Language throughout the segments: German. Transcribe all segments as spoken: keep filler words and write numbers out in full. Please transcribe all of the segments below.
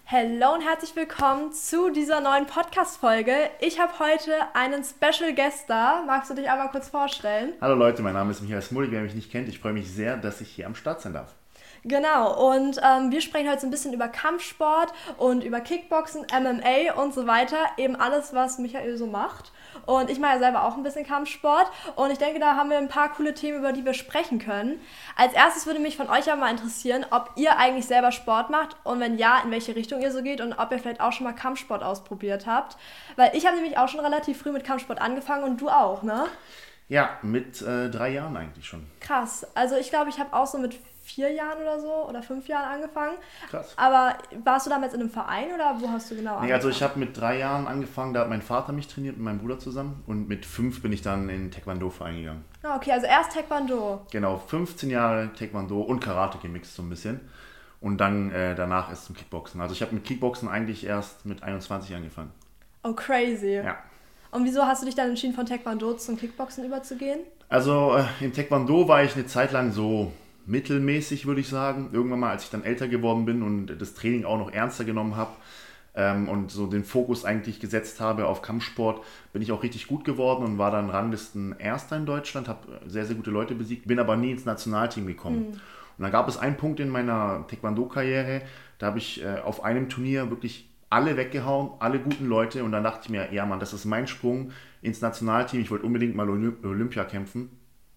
Hallo und herzlich willkommen zu dieser neuen Podcast-Folge. Ich habe heute einen Special Guest da. Magst du dich einmal kurz vorstellen? Hallo Leute, mein Name ist Michael Smulik. Wer mich nicht kennt, ich freue mich sehr, dass ich hier am Start sein darf. Genau, und ähm, wir sprechen heute so ein bisschen über Kampfsport und über Kickboxen, M M A und so weiter. Eben alles, was Michael so macht. Und ich mache ja selber auch ein bisschen Kampfsport. Und ich denke, da haben wir ein paar coole Themen, über die wir sprechen können. Als erstes würde mich von euch ja mal interessieren, ob ihr eigentlich selber Sport macht und wenn ja, in welche Richtung ihr so geht und ob ihr vielleicht auch schon mal Kampfsport ausprobiert habt. Weil ich habe nämlich auch schon relativ früh mit Kampfsport angefangen und du auch, ne? Ja, mit äh, drei Jahren eigentlich schon. Krass. Also ich glaube, ich habe auch so mit vier Jahren oder so oder fünf Jahren angefangen. Krass. Aber warst du damals in einem Verein oder wo hast du genau Nee, angefangen? also ich habe mit drei Jahren angefangen, da hat mein Vater mich trainiert mit meinem Bruder zusammen und mit fünf bin ich dann in den Taekwondo-Verein gegangen. Ah, okay, also erst Taekwondo. Genau, fünfzehn Jahre Taekwondo und Karate gemixt so ein bisschen und dann äh, danach erst zum Kickboxen. Also ich habe mit Kickboxen eigentlich erst mit einundzwanzig angefangen. Oh, crazy. Ja. Und wieso hast du dich dann entschieden, von Taekwondo zum Kickboxen überzugehen? Also äh, im Taekwondo war ich eine Zeit lang so mittelmäßig, würde ich sagen. Irgendwann mal, als ich dann älter geworden bin und das Training auch noch ernster genommen habe ähm, und so den Fokus eigentlich gesetzt habe auf Kampfsport, bin ich auch richtig gut geworden und war dann Ranglisten Erster in Deutschland, habe sehr, sehr gute Leute besiegt, bin aber nie ins Nationalteam gekommen. Mhm. Und dann gab es einen Punkt in meiner Taekwondo-Karriere, da habe ich äh, auf einem Turnier wirklich alle weggehauen, alle guten Leute und dann dachte ich mir, ja Mann, das ist mein Sprung ins Nationalteam, ich wollte unbedingt mal Olymp- Olympia kämpfen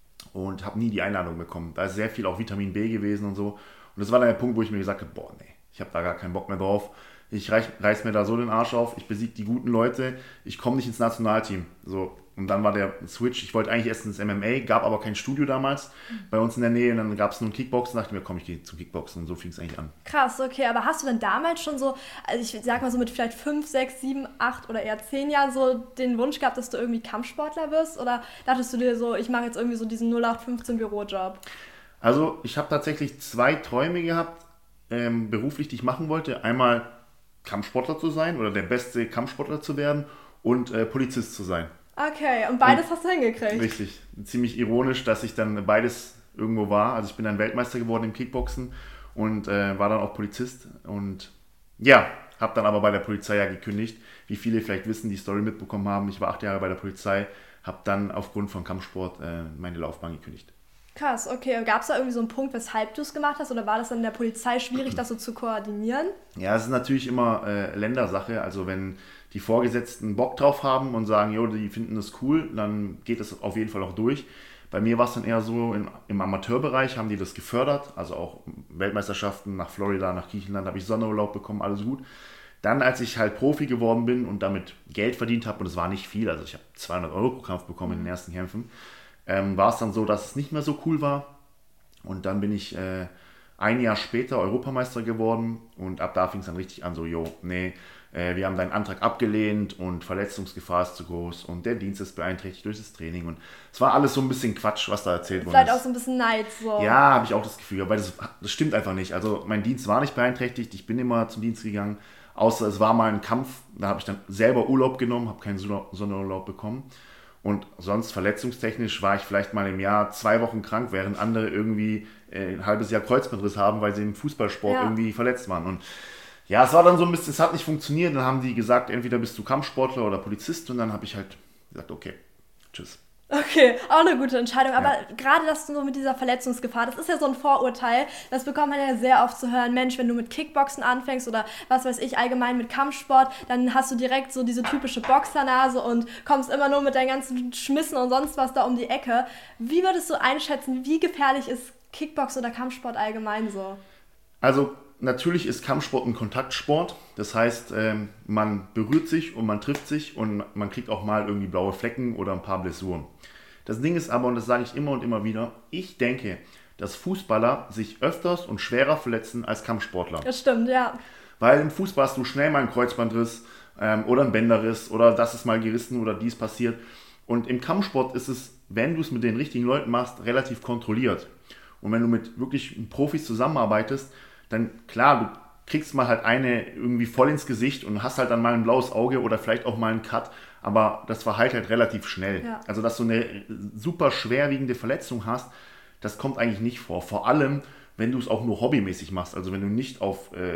und habe nie die Einladung bekommen. Da ist sehr viel auch Vitamin B gewesen und so. Und das war dann der Punkt, wo ich mir gesagt habe, boah, nee, ich habe da gar keinen Bock mehr drauf. Ich reiß, reiß mir da so den Arsch auf, ich besiege die guten Leute, ich komme nicht ins Nationalteam. So. Und dann war der Switch, ich wollte eigentlich erst ins M M A, gab aber kein Studio damals bei uns in der Nähe und dann gab es nur ein Kickboxen, dachte ich mir, komm, ich gehe zum Kickboxen und so fing es eigentlich an. Krass, okay, aber hast du denn damals schon so, also ich sag mal so mit vielleicht fünf, sechs, sieben, acht oder eher zehn Jahren so den Wunsch gehabt, dass du irgendwie Kampfsportler wirst? Oder dachtest du dir so, ich mache jetzt irgendwie so diesen null acht fünfzehn Bürojob? Also ich habe tatsächlich zwei Träume gehabt, ähm, beruflich, die ich machen wollte. Einmal Kampfsportler zu sein oder der beste Kampfsportler zu werden und äh, Polizist zu sein. Okay, und beides Und hast du hingekriegt? richtig, ziemlich ironisch, dass ich dann beides irgendwo war. Also ich bin dann Weltmeister geworden im Kickboxen und äh, war dann auch Polizist. Und ja, habe dann aber bei der Polizei ja gekündigt. Wie viele vielleicht wissen, die Story mitbekommen haben, ich war acht Jahre bei der Polizei, habe dann aufgrund von Kampfsport äh, meine Laufbahn gekündigt. Krass, okay. Gab es da irgendwie so einen Punkt, weshalb du es gemacht hast? Oder war das dann in der Polizei schwierig, das so zu koordinieren? Ja, es ist natürlich immer äh, Ländersache. Also wenn die Vorgesetzten Bock drauf haben und sagen, jo, die finden das cool, dann geht das auf jeden Fall auch durch. Bei mir war es dann eher so, im, im Amateurbereich haben die das gefördert. Also auch Weltmeisterschaften nach Florida, nach Griechenland habe ich Sonderurlaub bekommen, alles gut. Dann, als ich halt Profi geworden bin und damit Geld verdient habe, und es war nicht viel, also ich habe zweihundert Euro pro Kampf bekommen in den ersten Kämpfen, ähm, war es dann so, dass es nicht mehr so cool war. Und dann bin ich äh, ein Jahr später Europameister geworden und ab da fing es dann richtig an, so, jo, nee, äh, wir haben deinen Antrag abgelehnt und Verletzungsgefahr ist zu groß und der Dienst ist beeinträchtigt durch das Training und es war alles so ein bisschen Quatsch, was da erzählt worden Vielleicht auch ist. so ein bisschen Neid, so. Ja, habe ich auch das Gefühl, weil das, das stimmt einfach nicht. Also mein Dienst war nicht beeinträchtigt, ich bin immer zum Dienst gegangen, außer es war mal ein Kampf, da habe ich dann selber Urlaub genommen, habe keinen Sonderurlaub bekommen. Und sonst verletzungstechnisch war ich vielleicht mal im Jahr zwei Wochen krank, während andere irgendwie äh, ein halbes Jahr Kreuzbandriss haben, weil sie im Fußballsport Ja. irgendwie verletzt waren. Und ja, es war dann so ein bisschen, es hat nicht funktioniert. Dann haben die gesagt, entweder bist du Kampfsportler oder Polizist. Und dann habe ich halt gesagt, okay, tschüss. Okay, auch eine gute Entscheidung. Aber Ja. gerade das so mit dieser Verletzungsgefahr, das ist ja so ein Vorurteil. Das bekommt man ja sehr oft zu hören. Mensch, wenn du mit Kickboxen anfängst oder was weiß ich, allgemein mit Kampfsport, dann hast du direkt so diese typische Boxernase und kommst immer nur mit deinen ganzen Schmissen und sonst was da um die Ecke. Wie würdest du einschätzen, wie gefährlich ist Kickbox oder Kampfsport allgemein so? Also natürlich ist Kampfsport ein Kontaktsport. Das heißt, ähm, man berührt sich und man trifft sich und man kriegt auch mal irgendwie blaue Flecken oder ein paar Blessuren. Das Ding ist aber, und das sage ich immer und immer wieder, ich denke, dass Fußballer sich öfters und schwerer verletzen als Kampfsportler. Das stimmt, ja. Weil im Fußball hast du schnell mal einen Kreuzbandriss ähm, oder einen Bänderriss oder das ist mal gerissen oder dies passiert. Und im Kampfsport ist es, wenn du es mit den richtigen Leuten machst, relativ kontrolliert. Und wenn du mit wirklich Profis zusammenarbeitest, dann klar, du kriegst mal halt eine irgendwie voll ins Gesicht und hast halt dann mal ein blaues Auge oder vielleicht auch mal einen Cut, aber das verheilt halt relativ schnell. Ja. Also, dass du eine super schwerwiegende Verletzung hast, das kommt eigentlich nicht vor. Vor allem, wenn du es auch nur hobbymäßig machst, also wenn du nicht auf äh,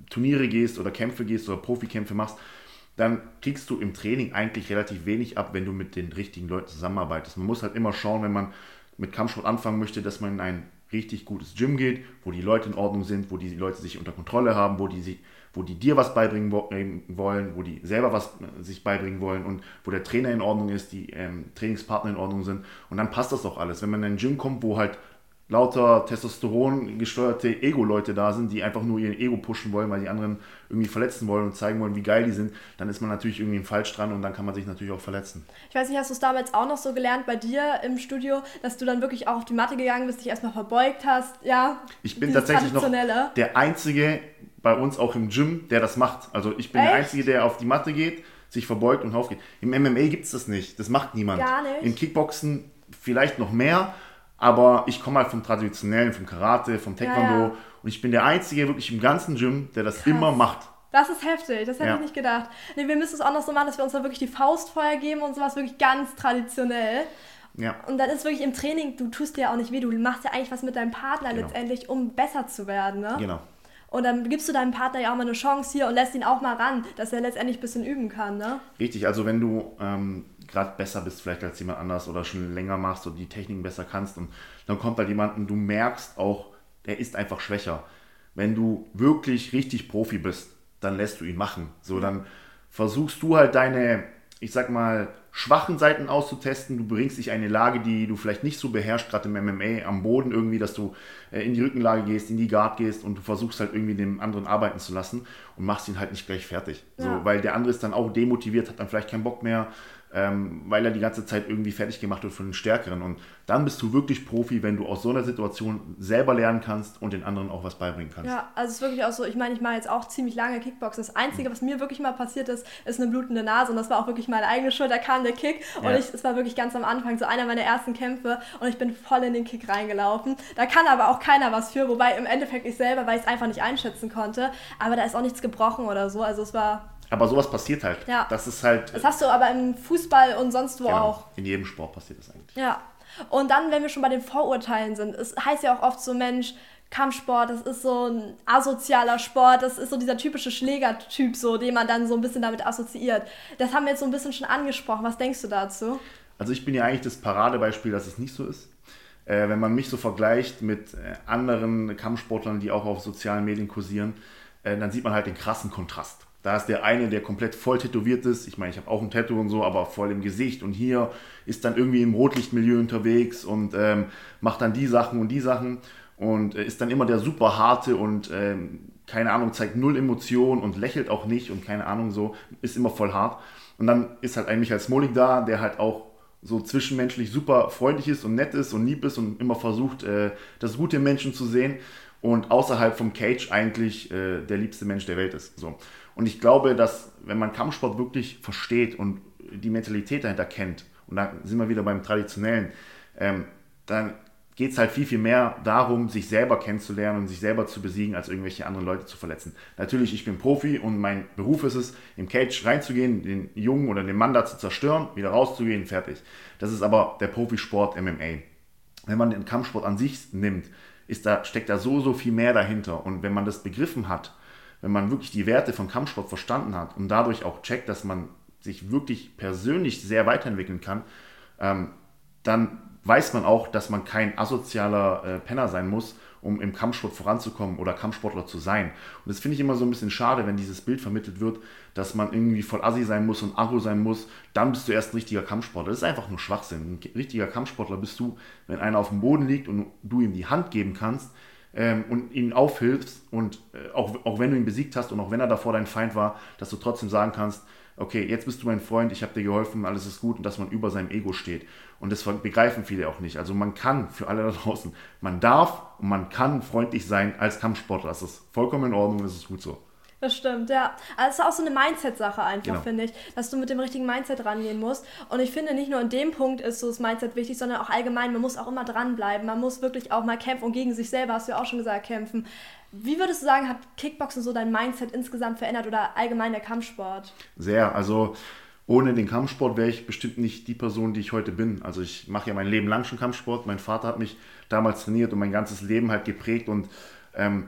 Turniere gehst oder Kämpfe gehst oder Profikämpfe machst, dann kriegst du im Training eigentlich relativ wenig ab, wenn du mit den richtigen Leuten zusammenarbeitest. Man muss halt immer schauen, wenn man mit Kampfsport anfangen möchte, dass man in ein richtig gutes Gym geht, wo die Leute in Ordnung sind, wo die Leute sich unter Kontrolle haben, wo die, sich, wo die dir was beibringen wollen, wo die selber was sich beibringen wollen und wo der Trainer in Ordnung ist, die ähm, Trainingspartner in Ordnung sind. Und dann passt das auch alles. Wenn man in ein Gym kommt, wo halt lauter Testosteron gesteuerte Ego-Leute da sind, die einfach nur ihr Ego pushen wollen, weil die anderen irgendwie verletzen wollen und zeigen wollen, wie geil die sind, dann ist man natürlich irgendwie falsch dran und dann kann man sich natürlich auch verletzen. Ich weiß nicht, hast du es damals auch noch so gelernt bei dir im Studio, dass du dann wirklich auch auf die Matte gegangen bist, dich erstmal verbeugt hast, ja? Ich bin tatsächlich noch der Einzige bei uns auch im Gym, der das macht. Also ich bin Echt? der Einzige, der auf die Matte geht, sich verbeugt und aufgeht. Im M M A gibt es das nicht, das macht niemand. Gar nicht. Im Kickboxen vielleicht noch mehr, aber ich komme halt vom Traditionellen, vom Karate, vom Taekwondo ja, ja. und ich bin der Einzige wirklich im ganzen Gym, der das Krass. immer macht. Das ist heftig, das hätte ja. ich nicht gedacht. Nee, wir müssen es auch noch so machen, dass wir uns da wirklich die Faust vorher geben und sowas wirklich ganz traditionell. Ja. Und dann ist wirklich im Training, du tust dir ja auch nicht weh, du machst ja eigentlich was mit deinem Partner genau. letztendlich, um besser zu werden. Ne? Genau. Und dann gibst du deinem Partner ja auch mal eine Chance hier und lässt ihn auch mal ran, dass er letztendlich ein bisschen üben kann. Ne? Richtig, also wenn du ähm, gerade besser bist vielleicht als jemand anders oder schon länger machst und die Techniken besser kannst und dann kommt halt jemand und du merkst auch, der ist einfach schwächer. Wenn du wirklich richtig Profi bist, dann lässt du ihn machen. So, dann versuchst du halt deine, ich sag mal, schwachen Seiten auszutesten. Du bringst dich in eine Lage, die du vielleicht nicht so beherrschst, gerade im M M A, am Boden irgendwie, dass du in die Rückenlage gehst, in die Guard gehst und du versuchst halt irgendwie dem anderen arbeiten zu lassen und machst ihn halt nicht gleich fertig. Ja. So, weil der andere ist dann auch demotiviert, hat dann vielleicht keinen Bock mehr, ähm, weil er die ganze Zeit irgendwie fertig gemacht wird von den Stärkeren. Und dann bist du wirklich Profi, wenn du aus so einer Situation selber lernen kannst und den anderen auch was beibringen kannst. Ja, also es ist wirklich auch so, ich meine, ich mache jetzt auch ziemlich lange Kickboxen. Das Einzige, was mir wirklich mal passiert ist, ist eine blutende Nase und das war auch wirklich meine eigene Schuld, da kam der Kick und ja. ich, es war wirklich ganz am Anfang so einer meiner ersten Kämpfe und ich bin voll in den Kick reingelaufen. Da kann aber auch keiner was für, wobei im Endeffekt ich selber, weil ich es einfach nicht einschätzen konnte, aber da ist auch nichts gebrochen oder so, also es war... Aber sowas passiert halt. Ja. Das ist halt... Das hast du aber im Fußball und sonst wo genau. auch. In jedem Sport passiert das eigentlich. Ja. Und dann, wenn wir schon bei den Vorurteilen sind, es heißt ja auch oft so, Mensch, Kampfsport, das ist so ein asozialer Sport, das ist so dieser typische Schlägertyp, so, den man dann so ein bisschen damit assoziiert. Das haben wir jetzt so ein bisschen schon angesprochen. Was denkst du dazu? Also ich bin ja eigentlich das Paradebeispiel, dass es nicht so ist. Äh, wenn man mich so vergleicht mit äh, anderen Kampfsportlern, die auch auf sozialen Medien kursieren, äh, dann sieht man halt den krassen Kontrast. Da ist der eine, der komplett voll tätowiert ist. Ich meine, ich habe auch ein Tattoo und so, aber voll im Gesicht. Und hier ist dann irgendwie im Rotlichtmilieu unterwegs und ähm, macht dann die Sachen und die Sachen. Und äh, ist dann immer der super harte und, ähm, keine Ahnung, zeigt null Emotionen und lächelt auch nicht und keine Ahnung so, ist immer voll hart. Und dann ist halt ein Michael Smolik da, der halt auch so zwischenmenschlich super freundlich ist und nett ist und lieb ist und immer versucht, äh, das Gute im Menschen zu sehen. Und außerhalb vom Cage eigentlich äh, der liebste Mensch der Welt ist. So. Und ich glaube, dass wenn man Kampfsport wirklich versteht und die Mentalität dahinter kennt, und da sind wir wieder beim Traditionellen, ähm, dann geht es halt viel, viel mehr darum, sich selber kennenzulernen und sich selber zu besiegen, als irgendwelche anderen Leute zu verletzen. Natürlich, ich bin Profi und mein Beruf ist es, im Cage reinzugehen, den Jungen oder den Mann da zu zerstören, wieder rauszugehen, fertig. Das ist aber der Profisport M M A. Wenn man den Kampfsport an sich nimmt, ist da, steckt da so, so viel mehr dahinter. Und wenn man das begriffen hat, wenn man wirklich die Werte von Kampfsport verstanden hat und dadurch auch checkt, dass man sich wirklich persönlich sehr weiterentwickeln kann, ähm, dann weiß man auch, dass man kein asozialer äh, Penner sein muss, um im Kampfsport voranzukommen oder Kampfsportler zu sein. Und das finde ich immer so ein bisschen schade, wenn dieses Bild vermittelt wird, dass man irgendwie voll assi sein muss und aggro sein muss, dann bist du erst ein richtiger Kampfsportler. Das ist einfach nur Schwachsinn. Ein richtiger Kampfsportler bist du, wenn einer auf dem Boden liegt und du ihm die Hand geben kannst ähm, und ihm aufhilfst und äh, auch, auch wenn du ihn besiegt hast und auch wenn er davor dein Feind war, dass du trotzdem sagen kannst, okay, jetzt bist du mein Freund, ich habe dir geholfen, alles ist gut und dass man über seinem Ego steht. Und das begreifen viele auch nicht. Also man kann, für alle da draußen, man darf und man kann freundlich sein als Kampfsportler. Das ist vollkommen in Ordnung, das ist gut so. Das stimmt, ja. Also es ist auch so eine Mindset-Sache einfach, genau. finde ich, dass du mit dem richtigen Mindset rangehen musst. Und ich finde, nicht nur in dem Punkt ist so das Mindset wichtig, sondern auch allgemein, man muss auch immer dranbleiben. Man muss wirklich auch mal kämpfen und gegen sich selber, hast du ja auch schon gesagt, kämpfen. Wie würdest du sagen, hat Kickboxen so dein Mindset insgesamt verändert oder allgemein der Kampfsport? Sehr, also ohne den Kampfsport wäre ich bestimmt nicht die Person, die ich heute bin. Also ich mache ja mein Leben lang schon Kampfsport. Mein Vater hat mich damals trainiert und mein ganzes Leben halt geprägt und ähm,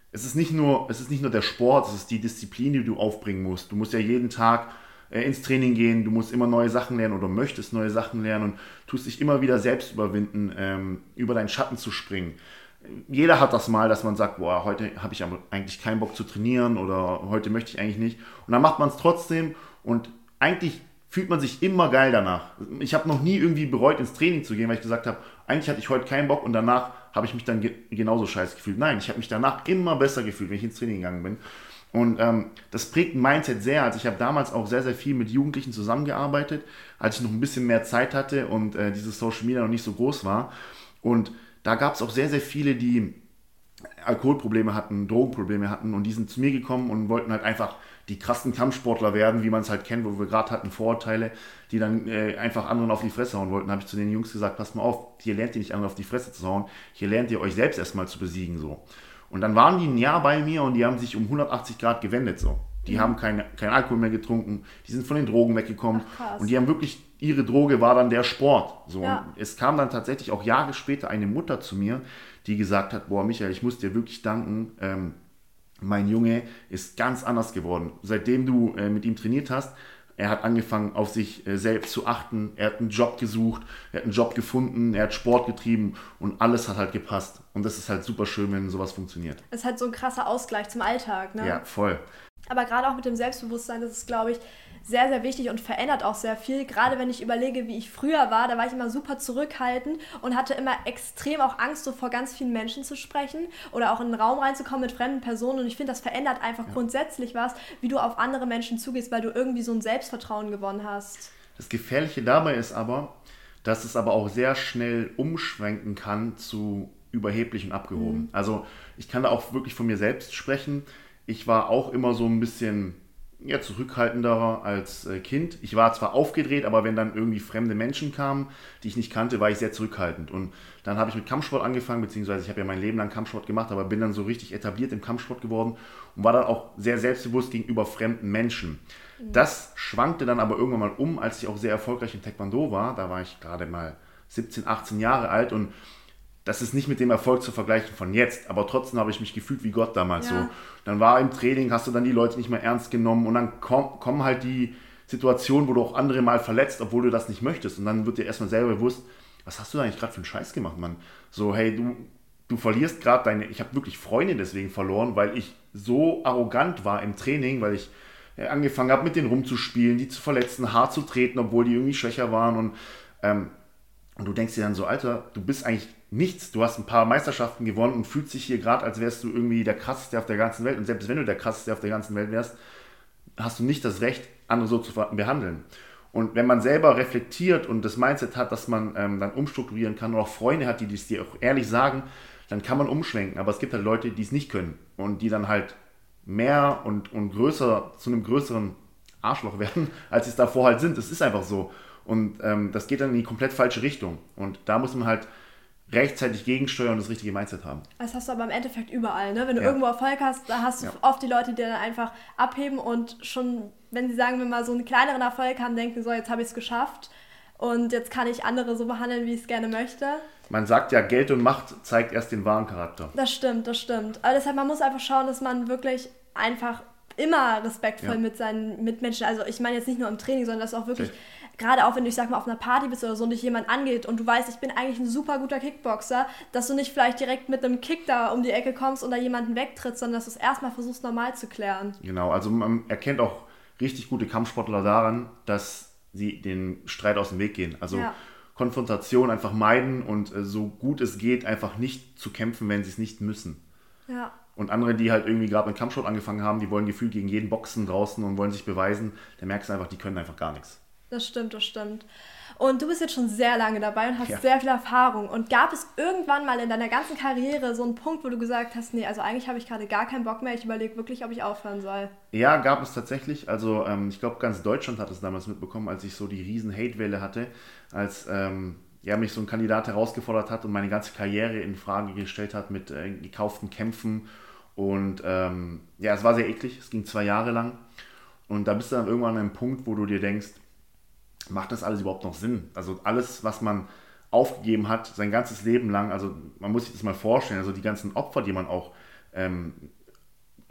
es ist nicht nur, es ist nicht nur der Sport, es ist die Disziplin, die du aufbringen musst. Du musst ja jeden Tag äh, ins Training gehen, du musst immer neue Sachen lernen oder möchtest neue Sachen lernen und tust dich immer wieder selbst überwinden, ähm, über deinen Schatten zu springen. Jeder hat das mal, dass man sagt, boah, heute habe ich aber eigentlich keinen Bock zu trainieren oder heute möchte ich eigentlich nicht. Und dann macht man es trotzdem und eigentlich fühlt man sich immer geil danach. Ich habe noch nie irgendwie bereut, ins Training zu gehen, weil ich gesagt habe, eigentlich hatte ich heute keinen Bock und danach habe ich mich dann ge- genauso scheiße gefühlt. Nein, ich habe mich danach immer besser gefühlt, wenn ich ins Training gegangen bin. Und ähm, das prägt ein Mindset sehr. Also ich habe damals auch sehr, sehr viel mit Jugendlichen zusammengearbeitet, als ich noch ein bisschen mehr Zeit hatte und äh, dieses Social Media noch nicht so groß war. Und da gab es auch sehr, sehr viele, die Alkoholprobleme hatten, Drogenprobleme hatten und die sind zu mir gekommen und wollten halt einfach die krassen Kampfsportler werden, wie man es halt kennt, wo wir gerade hatten, Vorurteile, die dann äh, einfach anderen auf die Fresse hauen wollten. Da habe ich zu den Jungs gesagt, passt mal auf, hier lernt ihr nicht anderen auf die Fresse zu hauen, hier lernt ihr euch selbst erstmal zu besiegen. So. Und dann waren die ein Jahr bei mir und die haben sich um hundertachtzig Grad gewendet. So. Die mhm. haben keinen kein Alkohol mehr getrunken, die sind von den Drogen weggekommen. Ach, und die haben wirklich, ihre Droge war dann der Sport. So. Ja. Und es kam dann tatsächlich auch Jahre später eine Mutter zu mir, die gesagt hat, boah Michael, ich muss dir wirklich danken, ähm, mein Junge ist ganz anders geworden. Seitdem du äh, mit ihm trainiert hast, er hat angefangen auf sich äh, selbst zu achten, er hat einen Job gesucht, er hat einen Job gefunden, er hat Sport getrieben und alles hat halt gepasst. Und das ist halt super schön, wenn sowas funktioniert. Es ist halt so ein krasser Ausgleich zum Alltag, ne? Ja, voll. Aber gerade auch mit dem Selbstbewusstsein, das ist, glaube ich, sehr, sehr wichtig und verändert auch sehr viel. Gerade wenn ich überlege, wie ich früher war, da war ich immer super zurückhaltend und hatte immer extrem auch Angst, so vor ganz vielen Menschen zu sprechen oder auch in einen Raum reinzukommen mit fremden Personen. Und ich finde, das verändert einfach ja. grundsätzlich was, wie du auf andere Menschen zugehst, weil du irgendwie so ein Selbstvertrauen gewonnen hast. Das Gefährliche dabei ist aber, dass es aber auch sehr schnell umschwenken kann zu überheblich und abgehoben. Mhm. Also ich kann da auch wirklich von mir selbst sprechen. Ich war auch immer so ein bisschen ja, zurückhaltenderer als äh, Kind. Ich war zwar aufgedreht, aber wenn dann irgendwie fremde Menschen kamen, die ich nicht kannte, war ich sehr zurückhaltend. Und dann habe ich mit Kampfsport angefangen, beziehungsweise ich habe ja mein Leben lang Kampfsport gemacht, aber bin dann so richtig etabliert im Kampfsport geworden und war dann auch sehr selbstbewusst gegenüber fremden Menschen. Mhm. Das schwankte dann aber irgendwann mal um, als ich auch sehr erfolgreich im Taekwondo war. Da war ich gerade mal siebzehn, achtzehn Jahre alt und das ist nicht mit dem Erfolg zu vergleichen von jetzt, aber trotzdem habe ich mich gefühlt wie Gott damals ja. so. Dann war im Training, hast du dann die Leute nicht mehr ernst genommen und dann komm, kommen halt die Situationen, wo du auch andere mal verletzt, obwohl du das nicht möchtest. Und dann wird dir erstmal selber bewusst, was hast du da eigentlich gerade für einen Scheiß gemacht, Mann? So, hey, du, du verlierst gerade deine, ich habe wirklich Freunde deswegen verloren, weil ich so arrogant war im Training, weil ich angefangen habe, mit denen rumzuspielen, die zu verletzen, hart zu treten, obwohl die irgendwie schwächer waren und ähm, Und du denkst dir dann so, Alter, du bist eigentlich nichts. Du hast ein paar Meisterschaften gewonnen und fühlst dich hier gerade, als wärst du irgendwie der Krasseste auf der ganzen Welt. Und selbst wenn du der Krasseste auf der ganzen Welt wärst, hast du nicht das Recht, andere so zu behandeln. Und wenn man selber reflektiert und das Mindset hat, dass man ähm, dann umstrukturieren kann und auch Freunde hat, die es dir auch ehrlich sagen, dann kann man umschwenken. Aber es gibt halt Leute, die es nicht können und die dann halt mehr und, und größer, zu einem größeren Arschloch werden, als sie es davor halt sind. Das ist einfach so. Und ähm, das geht dann in die komplett falsche Richtung. Und da muss man halt rechtzeitig gegensteuern und das richtige Mindset haben. Das hast du aber im Endeffekt überall, ne? Wenn du ja. irgendwo Erfolg hast, da hast du ja. oft die Leute, die dann einfach abheben und schon, wenn sie sagen wir mal so einen kleineren Erfolg haben, denken so, jetzt habe ich es geschafft und jetzt kann ich andere so behandeln, wie ich es gerne möchte. Man sagt ja, Geld und Macht zeigt erst den wahren Charakter. Das stimmt, das stimmt. Aber deshalb, man muss einfach schauen, dass man wirklich einfach immer respektvoll ja. mit seinen Mitmenschen, also ich meine jetzt nicht nur im Training, sondern dass auch wirklich, okay. gerade auch wenn du, ich sag mal, auf einer Party bist oder so und dich jemand angeht und du weißt, ich bin eigentlich ein super guter Kickboxer, dass du nicht vielleicht direkt mit einem Kick da um die Ecke kommst und da jemanden wegtrittst, sondern dass du es erstmal versuchst, normal zu klären. Genau, also man erkennt auch richtig gute Kampfsportler daran, dass sie den Streit aus dem Weg gehen. Also ja. Konfrontation einfach meiden und äh, so gut es geht, einfach nicht zu kämpfen, wenn sie es nicht müssen. Ja. Und andere, die halt irgendwie gerade mit Kampfsport angefangen haben, die wollen gefühlt gegen jeden boxen draußen und wollen sich beweisen, da merkst du einfach, die können einfach gar nichts. Das stimmt, das stimmt. Und du bist jetzt schon sehr lange dabei und hast ja. sehr viel Erfahrung. Und gab es irgendwann mal in deiner ganzen Karriere so einen Punkt, wo du gesagt hast, nee, also eigentlich habe ich gerade gar keinen Bock mehr, ich überlege wirklich, ob ich aufhören soll? Ja, gab es tatsächlich. Also ähm, ich glaube, ganz Deutschland hat es damals mitbekommen, als ich so die riesen Hate-Welle hatte, als ähm, ja, mich so ein Kandidat herausgefordert hat und meine ganze Karriere in Frage gestellt hat mit äh, gekauften Kämpfen. Und ähm, ja, es war sehr eklig, es ging zwei Jahre lang. Und da bist du dann irgendwann an einem Punkt, wo du dir denkst, macht das alles überhaupt noch Sinn? Also alles, was man aufgegeben hat, sein ganzes Leben lang, also man muss sich das mal vorstellen, also die ganzen Opfer, die man auch ähm,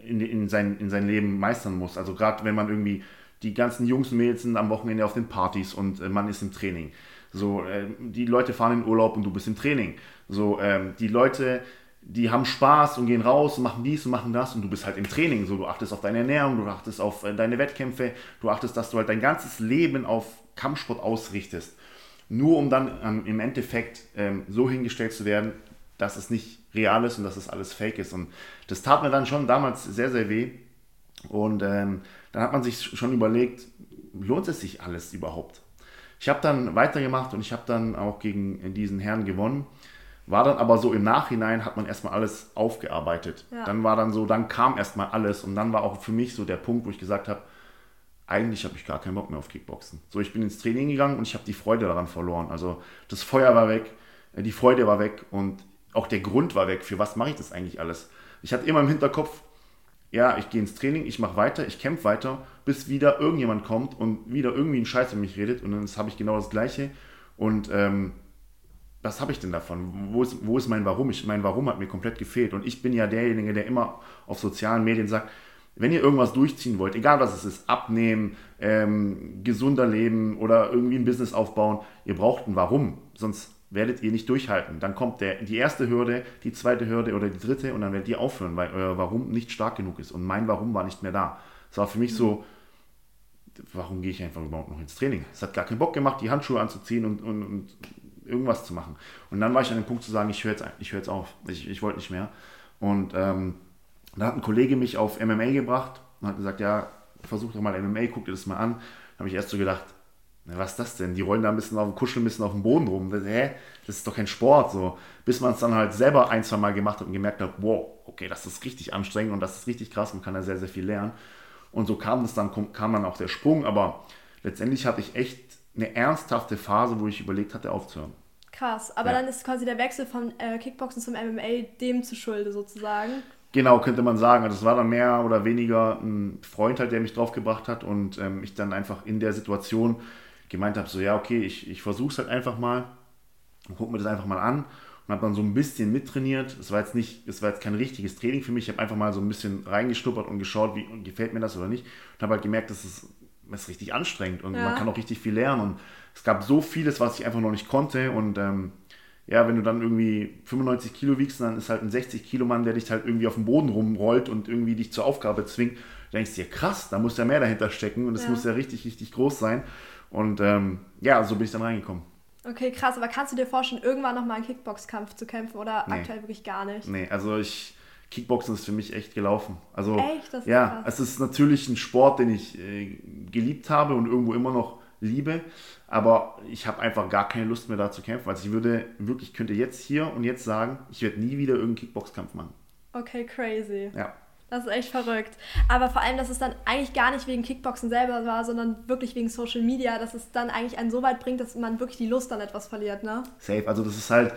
in, in, sein, in sein Leben meistern muss. Also gerade wenn man irgendwie, die ganzen Jungs und Mädels sind am Wochenende auf den Partys und äh, man ist im Training. So, äh, die Leute fahren in Urlaub und du bist im Training. So, ähm, die Leute, die haben Spaß und gehen raus und machen dies und machen das und du bist halt im Training. So, du achtest auf deine Ernährung, du achtest auf äh, deine Wettkämpfe, du achtest, dass du halt dein ganzes Leben auf Kampfsport ausrichtest. Nur um dann ähm, im Endeffekt ähm, so hingestellt zu werden, dass es nicht real ist und dass es alles fake ist. Und das tat mir dann schon damals sehr, sehr weh. Und ähm, dann hat man sich schon überlegt, lohnt es sich alles überhaupt? Ich habe dann weitergemacht und ich habe dann auch gegen diesen Herrn gewonnen. War dann aber so im Nachhinein, hat man erstmal alles aufgearbeitet. Ja. Dann war dann so, dann kam erstmal alles und dann war auch für mich so der Punkt, wo ich gesagt habe, eigentlich habe ich gar keinen Bock mehr auf Kickboxen. So, ich bin ins Training gegangen und ich habe die Freude daran verloren. Also das Feuer war weg, die Freude war weg und auch der Grund war weg. Für was mache ich das eigentlich alles? Ich hatte immer im Hinterkopf, ja, ich gehe ins Training, ich mache weiter, ich kämpfe weiter, bis wieder irgendjemand kommt und wieder irgendwie ein Scheiß über mich redet und dann habe ich genau das Gleiche. Und ähm, was habe ich denn davon? Wo ist, wo ist mein Warum? Ich, mein Warum hat mir komplett gefehlt. Und ich bin ja derjenige, der immer auf sozialen Medien sagt, wenn ihr irgendwas durchziehen wollt, egal was es ist, abnehmen, ähm, gesunder leben oder irgendwie ein Business aufbauen, ihr braucht ein Warum, sonst werdet ihr nicht durchhalten. Dann kommt der, die erste Hürde, die zweite Hürde oder die dritte und dann werdet ihr aufhören, weil euer Warum nicht stark genug ist. Und mein Warum war nicht mehr da. Es war für mich so, warum gehe ich einfach überhaupt noch ins Training? Es hat gar keinen Bock gemacht, die Handschuhe anzuziehen und, und, und irgendwas zu machen. Und dann war ich an dem Punkt zu sagen, ich höre jetzt, ich höre jetzt auf, ich, ich wollte nicht mehr. Und ähm, da hat ein Kollege mich auf M M A gebracht und hat gesagt, ja, versuch doch mal M M A, guck dir das mal an. Da habe ich erst so gedacht, na, was ist das denn? Die rollen da ein bisschen auf dem Kuscheln, ein bisschen auf dem Boden rum. Hä? Das ist doch kein Sport. So. Bis man es dann halt selber ein, zwei Mal gemacht hat und gemerkt hat, wow, okay, das ist richtig anstrengend und das ist richtig krass, man kann da sehr, sehr viel lernen. Und so kam das dann, kam dann auch der Sprung, aber letztendlich hatte ich echt eine ernsthafte Phase, wo ich überlegt hatte, aufzuhören. Krass, aber ja. Dann ist quasi der Wechsel von äh, Kickboxen zum M M A dem zu Schulde sozusagen. Genau, könnte man sagen. Also es war dann mehr oder weniger ein Freund halt, der mich drauf gebracht hat und ähm, ich dann einfach in der Situation gemeint habe, so ja, okay, ich, ich versuche es halt einfach mal und gucke mir das einfach mal an und habe dann so ein bisschen mittrainiert. Es war jetzt nicht, es war jetzt kein richtiges Training für mich. Ich habe einfach mal so ein bisschen reingeschnuppert und geschaut, wie gefällt mir das oder nicht und habe halt gemerkt, dass es das ist richtig anstrengend und ja. Man kann auch richtig viel lernen und es gab so vieles, was ich einfach noch nicht konnte und ähm, ja, wenn du dann irgendwie fünfundneunzig Kilo wiegst, dann ist halt ein sechzig Kilo Mann, der dich halt irgendwie auf dem Boden rumrollt und irgendwie dich zur Aufgabe zwingt. Da denkst du dir, krass, da muss ja mehr dahinter stecken und es ja. muss ja richtig, richtig groß sein. Und ähm, ja, so bin ich dann reingekommen. Okay, krass, aber kannst du dir vorstellen, irgendwann nochmal einen Kickbox-Kampf zu kämpfen oder nee. aktuell wirklich gar nicht? Nee, also ich, Kickboxen ist für mich echt gelaufen. Also, echt? Das ist ja, krass. Es ist natürlich ein Sport, den ich äh, geliebt habe und irgendwo immer noch liebe, aber ich habe einfach gar keine Lust mehr da zu kämpfen. Also ich würde wirklich, könnte jetzt hier und jetzt sagen, ich werde nie wieder irgendeinen Kickboxkampf machen. Okay, crazy. Ja. Das ist echt verrückt. Aber vor allem, dass es dann eigentlich gar nicht wegen Kickboxen selber war, sondern wirklich wegen Social Media, dass es dann eigentlich einen so weit bringt, dass man wirklich die Lust an etwas verliert, ne? Safe, also das ist halt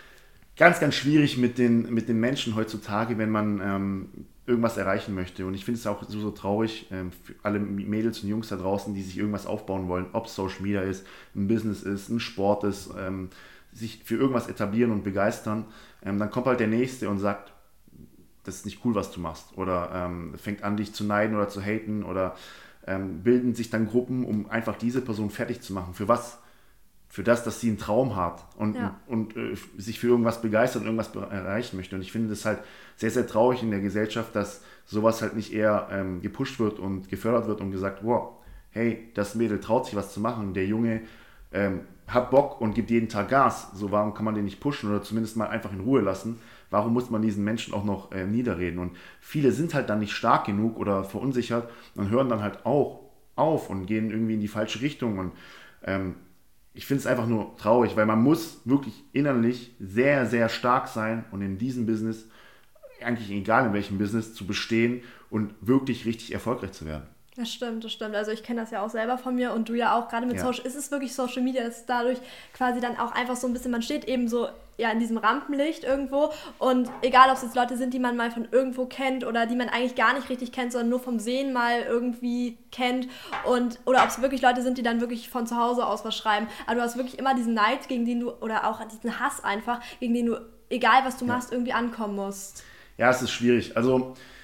ganz, ganz schwierig mit den, mit den Menschen heutzutage, wenn man ähm, irgendwas erreichen möchte. Und ich finde es auch so, so traurig ähm, für alle Mädels und Jungs da draußen, die sich irgendwas aufbauen wollen, ob es Social Media ist, ein Business ist, ein Sport ist, ähm, sich für irgendwas etablieren und begeistern. Ähm, dann kommt halt der Nächste und sagt, das ist nicht cool, was du machst. Oder ähm, fängt an, dich zu neiden oder zu haten oder ähm, bilden sich dann Gruppen, um einfach diese Person fertig zu machen. Für was? Für das, dass sie einen Traum hat und, ja. und, und äh, sich für irgendwas begeistert und irgendwas erreichen möchte. Und ich finde das halt sehr, sehr traurig in der Gesellschaft, dass sowas halt nicht eher ähm, gepusht wird und gefördert wird und gesagt, wow, hey, das Mädel traut sich was zu machen, der Junge ähm, hat Bock und gibt jeden Tag Gas. So, warum kann man den nicht pushen oder zumindest mal einfach in Ruhe lassen? Warum muss man diesen Menschen auch noch äh, niederreden? Und viele sind halt dann nicht stark genug oder verunsichert und hören dann halt auch auf und gehen irgendwie in die falsche Richtung. Und ähm, ich finde es einfach nur traurig, weil man muss wirklich innerlich sehr, sehr stark sein und in diesem Business, eigentlich egal in welchem Business, zu bestehen und wirklich richtig erfolgreich zu werden. Das stimmt, das stimmt. Also ich kenne das ja auch selber von mir und du ja auch, gerade mit ja. Social, ist es wirklich Social Media, ist dadurch quasi dann auch einfach so ein bisschen, man steht eben so ja in diesem Rampenlicht irgendwo und egal, ob es jetzt Leute sind, die man mal von irgendwo kennt oder die man eigentlich gar nicht richtig kennt, sondern nur vom Sehen mal irgendwie kennt und oder ob es wirklich Leute sind, die dann wirklich von zu Hause aus was schreiben. Aber du hast wirklich immer diesen Neid, gegen den du, oder auch diesen Hass einfach, gegen den du, egal was du ja. machst, irgendwie ankommen musst. Ja, es ist schwierig. Also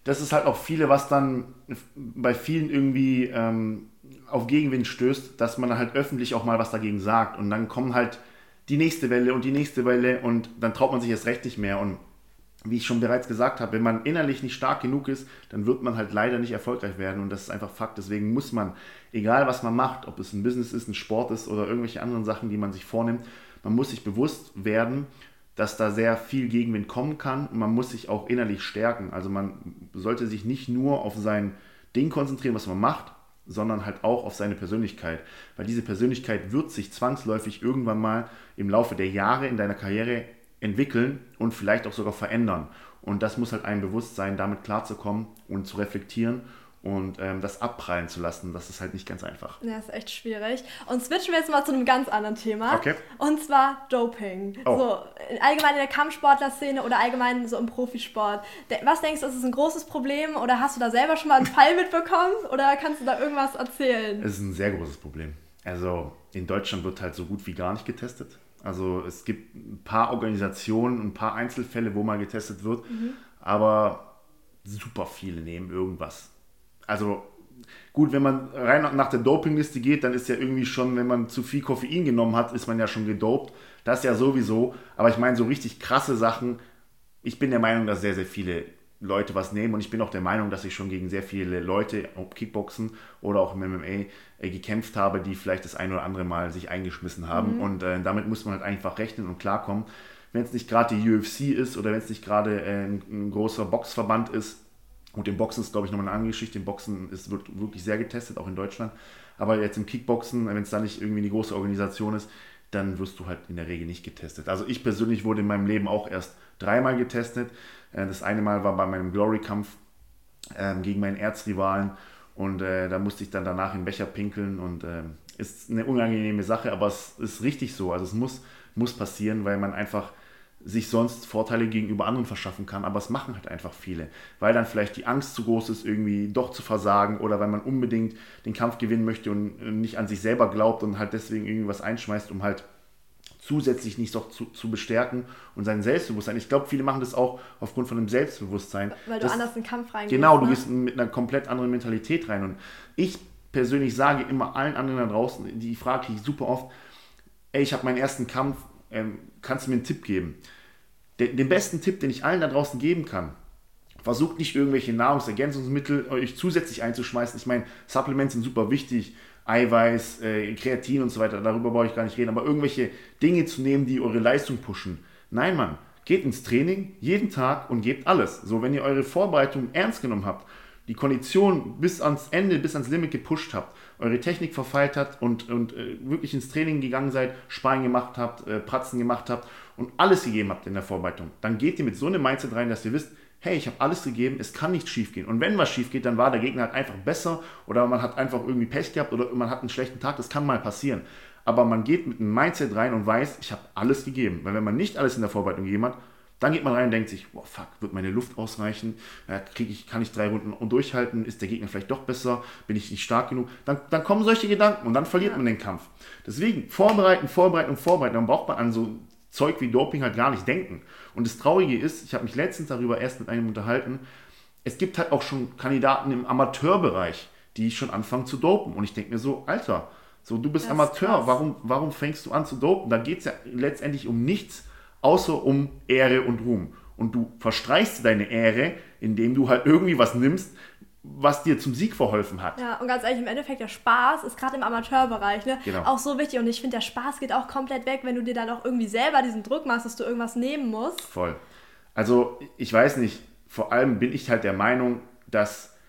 das ist halt auch viele, was dann bei vielen irgendwie ähm, auf Gegenwind stößt, dass man halt öffentlich auch mal was dagegen sagt. Und dann kommen halt die nächste Welle und die nächste Welle und dann traut man sich erst recht nicht mehr. Und wie ich schon bereits gesagt habe, wenn man innerlich nicht stark genug ist, dann wird man halt leider nicht erfolgreich werden. Und das ist einfach Fakt. Deswegen muss man, egal was man macht, ob es ein Business ist, ein Sport ist oder irgendwelche anderen Sachen, die man sich vornimmt, man muss sich bewusst werden, dass da sehr viel Gegenwind kommen kann und man muss sich auch innerlich stärken. Also man sollte sich nicht nur auf sein Ding konzentrieren, was man macht, sondern halt auch auf seine Persönlichkeit. Weil diese Persönlichkeit wird sich zwangsläufig irgendwann mal im Laufe der Jahre in deiner Karriere entwickeln und vielleicht auch sogar verändern. Und das muss halt einem bewusst sein, damit klarzukommen und zu reflektieren und ähm, das abprallen zu lassen. Das ist halt nicht ganz einfach. Ja, ist echt schwierig. Und switchen wir jetzt mal zu einem ganz anderen Thema. Okay. Und zwar Doping. Oh. So, allgemein in der Kampfsportler-Szene oder allgemein so im Profisport. Was denkst du, ist es ein großes Problem oder hast du da selber schon mal einen Fall mitbekommen oder kannst du da irgendwas erzählen? Es ist ein sehr großes Problem. Also in Deutschland wird halt so gut wie gar nicht getestet. Also es gibt ein paar Organisationen, ein paar Einzelfälle, wo mal getestet wird, mhm. aber super viele nehmen irgendwas. Also gut, wenn man rein nach der Dopingliste geht, dann ist ja irgendwie schon, wenn man zu viel Koffein genommen hat, ist man ja schon gedopt. Das ja sowieso. Aber ich meine, so richtig krasse Sachen, ich bin der Meinung, dass sehr, sehr viele Leute was nehmen. Und ich bin auch der Meinung, dass ich schon gegen sehr viele Leute, ob Kickboxen oder auch im M M A, äh, gekämpft habe, die vielleicht das ein oder andere Mal sich eingeschmissen haben. Mhm. Und äh, damit muss man halt einfach rechnen und klarkommen. Wenn es nicht gerade die U F C ist oder wenn es nicht gerade äh, ein, ein großer Boxverband ist, und im Boxen ist, glaube ich, nochmal eine andere Geschichte. Im Boxen ist, wird wirklich sehr getestet, auch in Deutschland. Aber jetzt im Kickboxen, wenn es da nicht irgendwie eine große Organisation ist, dann wirst du halt in der Regel nicht getestet. Also ich persönlich wurde in meinem Leben auch erst dreimal getestet. Das eine Mal war bei meinem Glory-Kampf ähm, gegen meinen Erzrivalen. Und äh, da musste ich dann danach im Becher pinkeln. Und äh, ist eine unangenehme Sache, aber es ist richtig so. Also es muss, muss passieren, weil man einfach sich sonst Vorteile gegenüber anderen verschaffen kann, aber es machen halt einfach viele, weil dann vielleicht die Angst zu groß ist, irgendwie doch zu versagen oder weil man unbedingt den Kampf gewinnen möchte und nicht an sich selber glaubt und halt deswegen irgendwie was einschmeißt, um halt zusätzlich nicht doch zu, zu bestärken und sein Selbstbewusstsein. Ich glaube, viele machen das auch aufgrund von einem Selbstbewusstsein. Weil du das, anders in den Kampf reingehst. Genau, du ne? gehst mit einer komplett anderen Mentalität rein und ich persönlich sage immer allen anderen da draußen, die frage ich super oft, ey, ich habe meinen ersten Kampf, ähm, kannst du mir einen Tipp geben? Den, den besten Tipp, den ich allen da draußen geben kann, versucht nicht irgendwelche Nahrungsergänzungsmittel euch zusätzlich einzuschmeißen. Ich meine, Supplements sind super wichtig, Eiweiß, äh, Kreatin und so weiter, darüber brauche ich gar nicht reden, aber irgendwelche Dinge zu nehmen, die eure Leistung pushen. Nein, Mann, geht ins Training, jeden Tag und gebt alles. So, wenn ihr eure Vorbereitung ernst genommen habt, die Kondition bis ans Ende, bis ans Limit gepusht habt, eure Technik verfeilt habt und, und äh, wirklich ins Training gegangen seid, Sparring gemacht habt, äh, Pratzen gemacht habt und alles gegeben habt in der Vorbereitung, dann geht ihr mit so einem Mindset rein, dass ihr wisst, hey, ich habe alles gegeben, es kann nicht schief gehen. Und wenn was schief geht, dann war der Gegner halt einfach besser oder man hat einfach irgendwie Pech gehabt oder man hat einen schlechten Tag, das kann mal passieren. Aber man geht mit einem Mindset rein und weiß, ich habe alles gegeben. Weil wenn man nicht alles in der Vorbereitung gegeben hat, dann geht man rein und denkt sich, wow, fuck, wird meine Luft ausreichen? Ja, krieg ich, kann ich drei Runden durchhalten? Ist der Gegner vielleicht doch besser? Bin ich nicht stark genug? Dann, dann kommen solche Gedanken und dann verliert ja. man den Kampf. Deswegen vorbereiten, vorbereiten und vorbereiten. Dann braucht man an so Zeug wie Doping halt gar nicht denken. Und das Traurige ist, ich habe mich letztens darüber erst mit einem unterhalten, es gibt halt auch schon Kandidaten im Amateurbereich, die schon anfangen zu dopen. Und ich denke mir so, Alter, so du bist das Amateur, warum, warum fängst du an zu dopen? Da geht es ja letztendlich um nichts, außer um Ehre und Ruhm. Und du verstreichst deine Ehre, indem du halt irgendwie was nimmst, was dir zum Sieg verholfen hat. Ja, und ganz ehrlich, im Endeffekt der Spaß ist gerade im Amateurbereich ne, genau. auch so wichtig. Und ich finde, der Spaß geht auch komplett weg, wenn du dir dann auch irgendwie selber diesen Druck machst, dass du irgendwas nehmen musst. Voll. Also ich weiß nicht, vor allem bin ich halt der Meinung, dass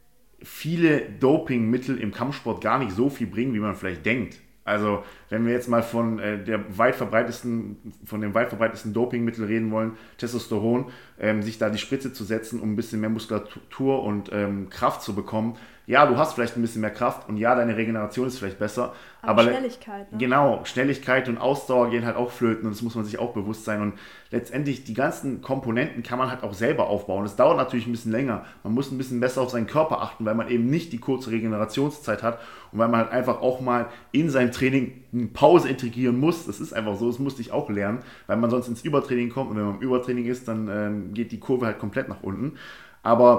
viele Dopingmittel im Kampfsport gar nicht so viel bringen, wie man vielleicht denkt. Also wenn wir jetzt mal von äh, der weit verbreitesten, von dem weit verbreitesten Dopingmittel reden wollen, Testosteron, ähm, sich da die Spritze zu setzen, um ein bisschen mehr Muskulatur und ähm, Kraft zu bekommen. Ja, du hast vielleicht ein bisschen mehr Kraft und ja, deine Regeneration ist vielleicht besser. Aber, aber Schnelligkeit, ne? Genau, Schnelligkeit und Ausdauer gehen halt auch flöten und das muss man sich auch bewusst sein. Und letztendlich die ganzen Komponenten kann man halt auch selber aufbauen. Das dauert natürlich ein bisschen länger. Man muss ein bisschen besser auf seinen Körper achten, weil man eben nicht die kurze Regenerationszeit hat und weil man halt einfach auch mal in sein Training eine Pause integrieren muss. Das ist einfach so, das musste ich auch lernen, weil man sonst ins Übertraining kommt und wenn man im Übertraining ist, dann ähm, geht die Kurve halt komplett nach unten. Aber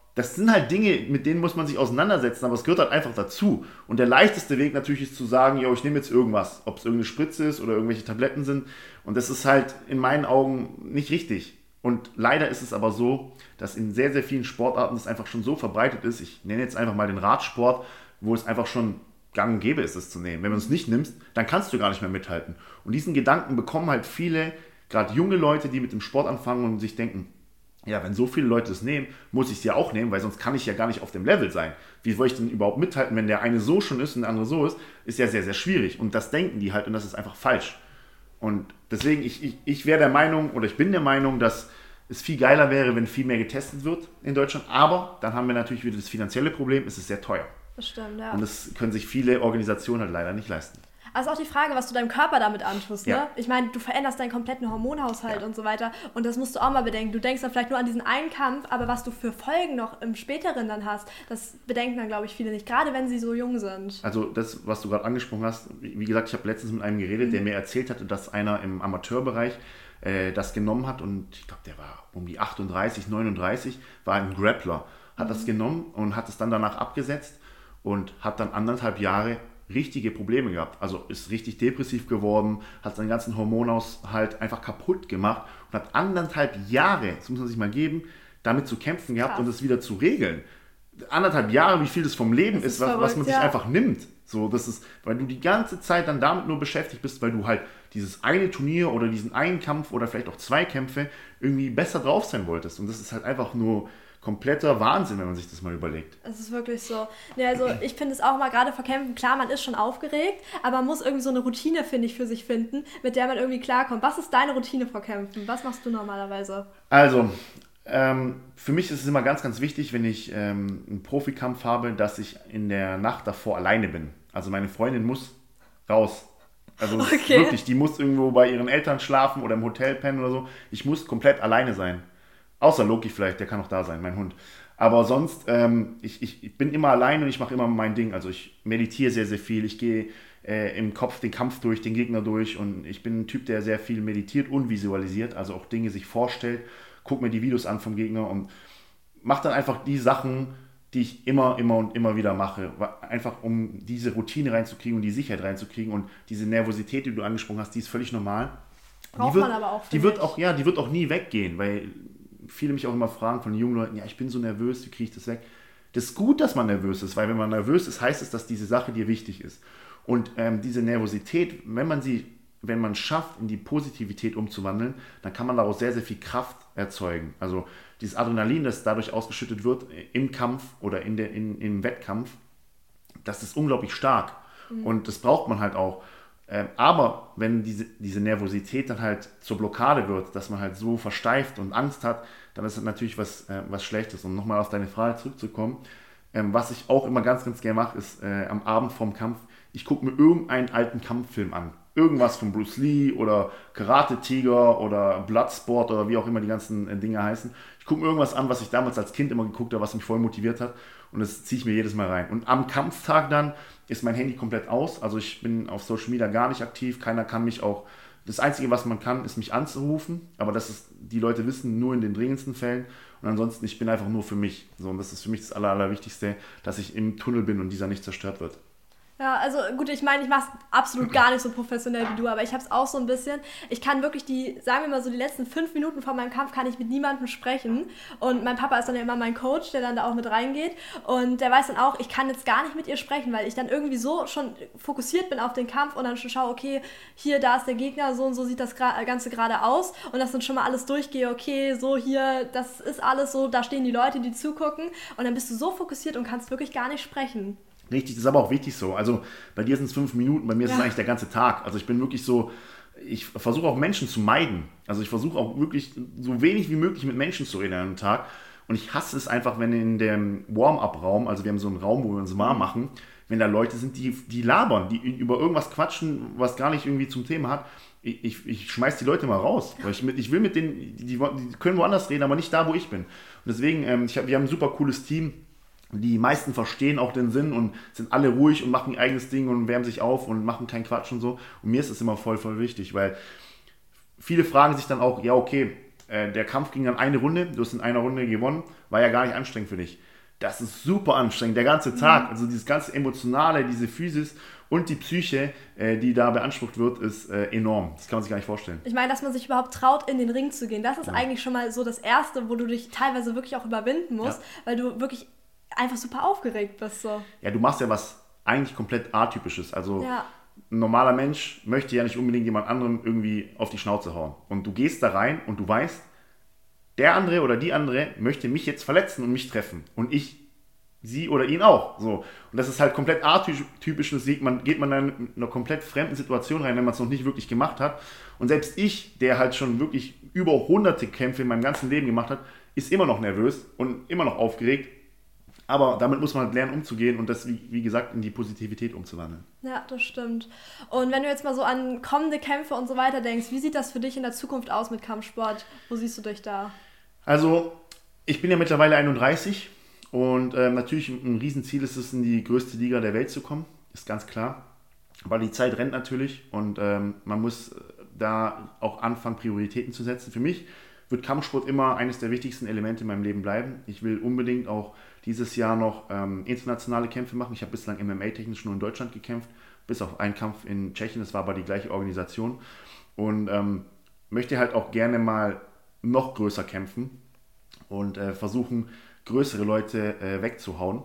das sind halt Dinge, mit denen muss man sich auseinandersetzen, aber es gehört halt einfach dazu. Und der leichteste Weg natürlich ist zu sagen, ja, ich nehme jetzt irgendwas, ob es irgendeine Spritze ist oder irgendwelche Tabletten sind. Und das ist halt in meinen Augen nicht richtig. Und leider ist es aber so, dass in sehr, sehr vielen Sportarten das einfach schon so verbreitet ist. Ich nenne jetzt einfach mal den Radsport, wo es einfach schon gang und gäbe ist, es zu nehmen. Wenn du es nicht nimmst, dann kannst du gar nicht mehr mithalten. Und diesen Gedanken bekommen halt viele, gerade junge Leute, die mit dem Sport anfangen und sich denken, ja, wenn so viele Leute es nehmen, muss ich es ja auch nehmen, weil sonst kann ich ja gar nicht auf dem Level sein. Wie soll ich denn überhaupt mithalten, wenn der eine so schon ist und der andere so ist, ist ja sehr, sehr schwierig. Und das denken die halt und das ist einfach falsch. Und deswegen, ich, ich, ich wäre der Meinung, oder ich bin der Meinung, dass es viel geiler wäre, wenn viel mehr getestet wird in Deutschland. Aber dann haben wir natürlich wieder das finanzielle Problem, es ist sehr teuer. Das stimmt, ja. Und das können sich viele Organisationen halt leider nicht leisten. Also auch die Frage, was du deinem Körper damit antust, ne? Ja. Ich meine, du veränderst deinen kompletten Hormonhaushalt Ja. und so weiter und das musst du auch mal bedenken. Du denkst dann vielleicht nur an diesen einen Kampf, aber was du für Folgen noch im späteren dann hast, das bedenken dann, glaube ich, viele nicht, gerade wenn sie so jung sind. Also das, was du gerade angesprochen hast, wie gesagt, ich habe letztens mit einem geredet, mhm. der mir erzählt hatte, dass einer im Amateurbereich äh, das genommen hat und ich glaube, der war um die achtunddreißig, neununddreißig, war ein Grappler, hat mhm. das genommen und hat es dann danach abgesetzt und hat dann anderthalb Jahre richtige Probleme gehabt. Also ist richtig depressiv geworden, hat seinen ganzen Hormonhaushalt einfach kaputt gemacht und hat anderthalb Jahre, das muss man sich mal geben, damit zu kämpfen gehabt Krass. Und es wieder zu regeln. Anderthalb Jahre, wie viel das vom Leben das ist, ist was, verrückt, was man ja. sich einfach nimmt. So, das ist, weil du die ganze Zeit dann damit nur beschäftigt bist, weil du halt dieses eine Turnier oder diesen einen Kampf oder vielleicht auch zwei Kämpfe irgendwie besser drauf sein wolltest. Und das ist halt einfach nur kompletter Wahnsinn, wenn man sich das mal überlegt. Es ist wirklich so. Nee, also ich finde es auch mal gerade vor Kämpfen, klar, man ist schon aufgeregt, aber man muss irgendwie so eine Routine, finde ich, für sich finden, mit der man irgendwie klarkommt. Was ist deine Routine vor Kämpfen? Was machst du normalerweise? Also, ähm, für mich ist es immer ganz, ganz wichtig, wenn ich ähm, einen Profikampf habe, dass ich in der Nacht davor alleine bin. Also meine Freundin muss raus. Also okay. wirklich, die muss irgendwo bei ihren Eltern schlafen oder im Hotel pennen oder so. Ich muss komplett alleine sein. Außer Loki vielleicht, der kann auch da sein, mein Hund. Aber sonst, ähm, ich, ich, ich bin immer allein und ich mache immer mein Ding. Also ich meditiere sehr, sehr viel. Ich gehe äh, im Kopf den Kampf durch, den Gegner durch. Und ich bin ein Typ, der sehr viel meditiert und visualisiert. Also auch Dinge sich vorstellt. Guck mir die Videos an vom Gegner und mache dann einfach die Sachen, die ich immer, immer und immer wieder mache. Einfach um diese Routine reinzukriegen und die Sicherheit reinzukriegen. Und diese Nervosität, die du angesprochen hast, die ist völlig normal. Braucht die wird, man aber auch. Die wird auch, ja, die wird auch nie weggehen, weil viele mich auch immer fragen von jungen Leuten, ja, ich bin so nervös, wie kriege ich das weg? Das ist gut, dass man nervös ist, weil wenn man nervös ist, heißt es, dass diese Sache dir wichtig ist. Und ähm, diese Nervosität, wenn man sie, wenn man schafft, in die Positivität umzuwandeln, dann kann man daraus sehr, sehr viel Kraft erzeugen. Also dieses Adrenalin, das dadurch ausgeschüttet wird im Kampf oder in der, in, im Wettkampf, das ist unglaublich stark. Mhm. Und das braucht man halt auch. Aber wenn diese, diese Nervosität dann halt zur Blockade wird, dass man halt so versteift und Angst hat, dann ist das natürlich was, äh, was Schlechtes. Um nochmal auf deine Frage zurückzukommen, ähm, was ich auch immer ganz, ganz gerne mache, ist äh, am Abend vorm Kampf, ich gucke mir irgendeinen alten Kampffilm an. Irgendwas von Bruce Lee oder Karate Tiger oder Bloodsport oder wie auch immer die ganzen äh, Dinge heißen. Ich gucke mir irgendwas an, was ich damals als Kind immer geguckt habe, was mich voll motiviert hat. Und das ziehe ich mir jedes Mal rein. Und am Kampftag dann ist mein Handy komplett aus. Also ich bin auf Social Media gar nicht aktiv. Keiner kann mich auch... Das Einzige, was man kann, ist mich anzurufen. Aber das ist, die Leute wissen, nur in den dringendsten Fällen. Und ansonsten, ich bin einfach nur für mich. So, und das ist für mich das Aller, Allerwichtigste, dass ich im Tunnel bin und dieser nicht zerstört wird. Ja, also gut, ich meine, ich mache es absolut gar nicht so professionell wie du, aber ich habe es auch so ein bisschen, ich kann wirklich die, sagen wir mal so die letzten fünf Minuten vor meinem Kampf kann ich mit niemandem sprechen und mein Papa ist dann ja immer mein Coach, der dann da auch mit reingeht und der weiß dann auch, ich kann jetzt gar nicht mit ihr sprechen, weil ich dann irgendwie so schon fokussiert bin auf den Kampf und dann schon schaue, okay, hier, da ist der Gegner, so und so sieht das Ganze gerade aus und das dann schon mal alles durchgehe, okay, so hier, das ist alles so, da stehen die Leute, die zugucken und dann bist du so fokussiert und kannst wirklich gar nicht sprechen. Richtig, das ist aber auch wichtig so. Also bei dir sind es fünf Minuten, bei mir ist es ja. eigentlich der ganze Tag. Also ich bin wirklich so, ich versuche auch Menschen zu meiden. Also ich versuche auch wirklich so wenig wie möglich mit Menschen zu reden an einem Tag. Und ich hasse es einfach, wenn in dem Warm-up-Raum, also wir haben so einen Raum, wo wir uns warm machen, wenn da Leute sind, die, die labern, die über irgendwas quatschen, was gar nicht irgendwie zum Thema hat. Ich, ich, ich schmeiß die Leute mal raus. Weil ich, mit, ich will mit denen, die, die können woanders reden, aber nicht da, wo ich bin. Und deswegen, ähm, ich hab, wir haben ein super cooles Team. Die meisten verstehen auch den Sinn und sind alle ruhig und machen ihr eigenes Ding und wärmen sich auf und machen keinen Quatsch und so. Und mir ist das immer voll, voll wichtig, weil viele fragen sich dann auch, ja okay, äh, der Kampf ging dann eine Runde, du hast in einer Runde gewonnen, war ja gar nicht anstrengend für dich. Das ist super anstrengend, der ganze Tag. Mhm. Also dieses ganze Emotionale, diese Physis und die Psyche, äh, die da beansprucht wird, ist äh, enorm. Das kann man sich gar nicht vorstellen. Ich meine, dass man sich überhaupt traut, in den Ring zu gehen. Das ist ja. eigentlich schon mal so das Erste, wo du dich teilweise wirklich auch überwinden musst, ja. weil du wirklich einfach super aufgeregt bist. So. Ja, du machst ja was eigentlich komplett Atypisches. Also ja. ein normaler Mensch möchte ja nicht unbedingt jemand anderem irgendwie auf die Schnauze hauen. Und du gehst da rein und du weißt, der andere oder die andere möchte mich jetzt verletzen und mich treffen. Und ich sie oder ihn auch. So. Und das ist halt komplett atypisch. Das sieht man, geht man dann in einer komplett fremden Situation rein, wenn man es noch nicht wirklich gemacht hat. Und selbst ich, der halt schon wirklich über hunderte Kämpfe in meinem ganzen Leben gemacht hat, ist immer noch nervös und immer noch aufgeregt. Aber damit muss man halt lernen, umzugehen und das, wie, wie gesagt, in die Positivität umzuwandeln. Ja, das stimmt. Und wenn du jetzt mal so an kommende Kämpfe und so weiter denkst, wie sieht das für dich in der Zukunft aus mit Kampfsport? Wo siehst du dich da? Also, ich bin ja mittlerweile einunddreißig und äh, natürlich ein Riesenziel ist es, in die größte Liga der Welt zu kommen, ist ganz klar. Weil die Zeit rennt natürlich und ähm, man muss da auch anfangen, Prioritäten zu setzen. Für mich wird Kampfsport immer eines der wichtigsten Elemente in meinem Leben bleiben. Ich will unbedingt auch dieses Jahr noch ähm, internationale Kämpfe machen. Ich habe bislang M M A-technisch nur in Deutschland gekämpft, bis auf einen Kampf in Tschechien, das war aber die gleiche Organisation. Und ähm, möchte halt auch gerne mal noch größer kämpfen und äh, versuchen, größere Leute äh, wegzuhauen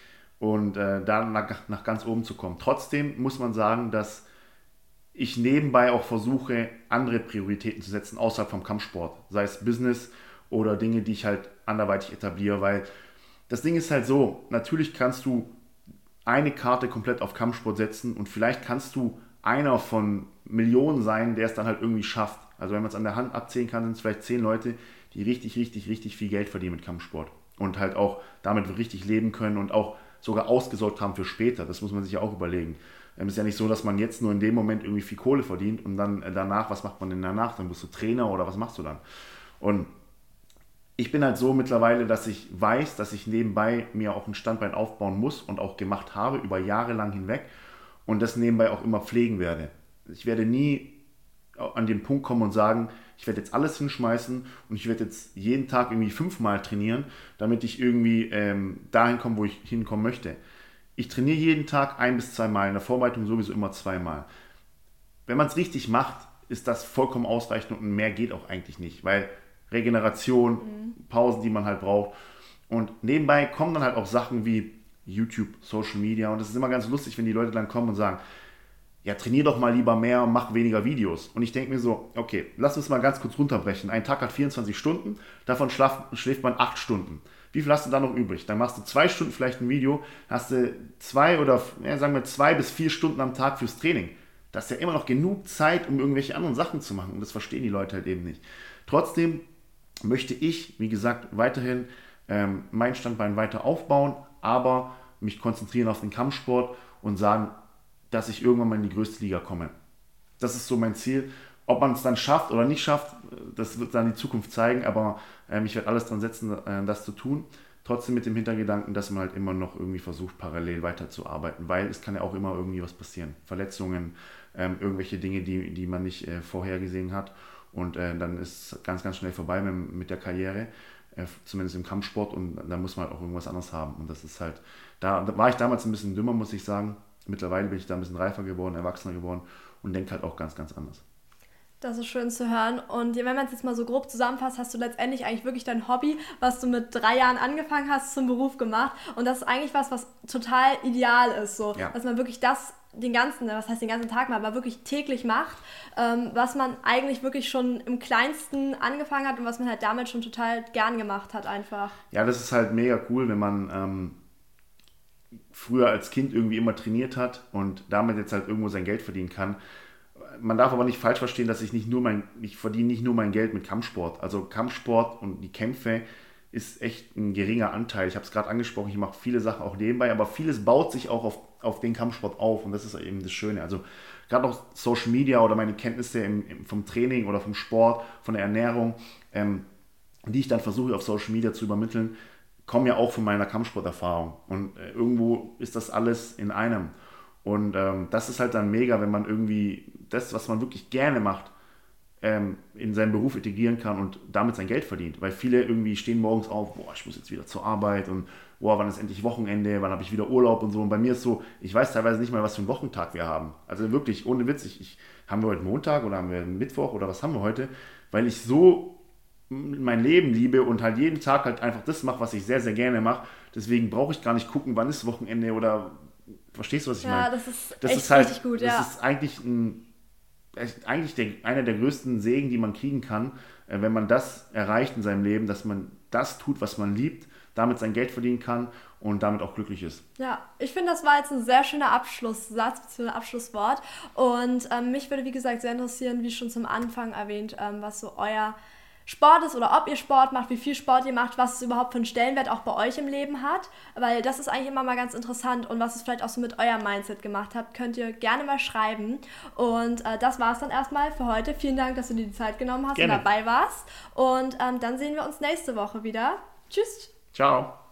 und äh, dann nach, nach ganz oben zu kommen. Trotzdem muss man sagen, dass ich nebenbei auch versuche, andere Prioritäten zu setzen, außerhalb vom Kampfsport. Sei es Business oder Dinge, die ich halt anderweitig etabliere, weil das Ding ist halt so, natürlich kannst du eine Karte komplett auf Kampfsport setzen und vielleicht kannst du einer von Millionen sein, der es dann halt irgendwie schafft. Also wenn man es an der Hand abzählen kann, sind es vielleicht zehn Leute, die richtig, richtig, richtig viel Geld verdienen mit Kampfsport und halt auch damit richtig leben können und auch sogar ausgesorgt haben für später. Das muss man sich ja auch überlegen. Es ist ja nicht so, dass man jetzt nur in dem Moment irgendwie viel Kohle verdient und dann danach, was macht man denn danach? Dann bist du Trainer oder was machst du dann? Und ich bin halt so mittlerweile, dass ich weiß, dass ich nebenbei mir auch ein Standbein aufbauen muss und auch gemacht habe, über Jahre lang hinweg und das nebenbei auch immer pflegen werde. Ich werde nie an den Punkt kommen und sagen, ich werde jetzt alles hinschmeißen und ich werde jetzt jeden Tag irgendwie fünfmal trainieren, damit ich irgendwie ähm, dahin komme, wo ich hinkommen möchte. Ich trainiere jeden Tag ein bis zweimal, in der Vorbereitung sowieso immer zweimal. Wenn man es richtig macht, ist das vollkommen ausreichend und mehr geht auch eigentlich nicht, weil Regeneration, mhm. Pausen, die man halt braucht. Und nebenbei kommen dann halt auch Sachen wie YouTube, Social Media und das ist immer ganz lustig, wenn die Leute dann kommen und sagen, ja, trainier doch mal lieber mehr und mach weniger Videos. Und ich denke mir so, okay, lass uns mal ganz kurz runterbrechen. Ein Tag hat vierundzwanzig Stunden, davon schlaf, schläft man acht Stunden. Wie viel hast du da noch übrig? Dann machst du zwei Stunden vielleicht ein Video, hast du zwei oder ja, sagen wir zwei bis vier Stunden am Tag fürs Training. Das ist ja immer noch genug Zeit, um irgendwelche anderen Sachen zu machen. Und das verstehen die Leute halt eben nicht. Trotzdem möchte ich, wie gesagt, weiterhin ähm, mein Standbein weiter aufbauen, aber mich konzentrieren auf den Kampfsport und sagen, dass ich irgendwann mal in die größte Liga komme. Das ist so mein Ziel. Ob man es dann schafft oder nicht schafft, das wird dann die Zukunft zeigen, aber ähm, ich werde alles dran setzen, äh, das zu tun. Trotzdem mit dem Hintergedanken, dass man halt immer noch irgendwie versucht, parallel weiterzuarbeiten, weil es kann ja auch immer irgendwie was passieren. Verletzungen, ähm, irgendwelche Dinge, die, die man nicht äh, vorhergesehen hat. Und äh, dann ist es ganz, ganz schnell vorbei mit, mit der Karriere, äh, zumindest im Kampfsport. Und dann muss man halt auch irgendwas anderes haben. Und das ist halt, da, da war ich damals ein bisschen dümmer, muss ich sagen. Mittlerweile bin ich da ein bisschen reifer geworden, erwachsener geworden und denke halt auch ganz, ganz anders. Das ist schön zu hören. Und wenn man es jetzt mal so grob zusammenfasst, hast du letztendlich eigentlich wirklich dein Hobby, was du mit drei Jahren angefangen hast, zum Beruf gemacht. Und das ist eigentlich was, was total ideal ist. So. Ja. Dass man wirklich das den ganzen, was heißt den ganzen Tag mal, aber wirklich täglich macht, ähm, was man eigentlich wirklich schon im Kleinsten angefangen hat und was man halt damit schon total gern gemacht hat einfach. Ja, das ist halt mega cool, wenn man ähm, früher als Kind irgendwie immer trainiert hat und damit jetzt halt irgendwo sein Geld verdienen kann. Man darf aber nicht falsch verstehen, dass ich nicht nur mein, ich verdiene nicht nur mein Geld mit Kampfsport. Also Kampfsport und die Kämpfe ist echt ein geringer Anteil. Ich habe es gerade angesprochen, ich mache viele Sachen auch nebenbei, aber vieles baut sich auch auf, auf den Kampfsport auf und das ist eben das Schöne. Also gerade auch Social Media oder meine Kenntnisse im, im, vom Training oder vom Sport, von der Ernährung, ähm, die ich dann versuche auf Social Media zu übermitteln, kommen ja auch von meiner Kampfsporterfahrung und äh, irgendwo ist das alles in einem. Und ähm, das ist halt dann mega, wenn man irgendwie das, was man wirklich gerne macht, ähm, in seinen Beruf integrieren kann und damit sein Geld verdient. Weil viele irgendwie stehen morgens auf, boah, ich muss jetzt wieder zur Arbeit und boah, wann ist endlich Wochenende, wann habe ich wieder Urlaub und so. Und bei mir ist so, ich weiß teilweise nicht mal, was für einen Wochentag wir haben. Also wirklich, ohne Witz, ich, ich, haben wir heute Montag oder haben wir Mittwoch oder was haben wir heute? Weil ich so mein Leben liebe und halt jeden Tag halt einfach das mache, was ich sehr, sehr gerne mache. Deswegen brauche ich gar nicht gucken, wann ist Wochenende oder verstehst du, was ich Ja, meine? das ist Das echt ist halt, richtig gut, das ja. ist eigentlich ein, echt eigentlich der, einer der größten Segen, die man kriegen kann, äh, wenn man das erreicht in seinem Leben, dass man das tut, was man liebt, damit sein Geld verdienen kann und damit auch glücklich ist. Ja, ich finde, das war jetzt ein sehr schöner Abschlusssatz bzw. Abschlusswort. Und ähm, mich würde, wie gesagt, sehr interessieren, wie schon zum Anfang erwähnt, ähm, was so euer Sport ist oder ob ihr Sport macht, wie viel Sport ihr macht, was es überhaupt für einen Stellenwert auch bei euch im Leben hat. Weil das ist eigentlich immer mal ganz interessant und was es vielleicht auch so mit eurem Mindset gemacht hat, könnt ihr gerne mal schreiben. Und äh, das war es dann erstmal für heute. Vielen Dank, dass du dir die Zeit genommen hast Gerne. und dabei warst. Und ähm, dann sehen wir uns nächste Woche wieder. Tschüss! Ciao!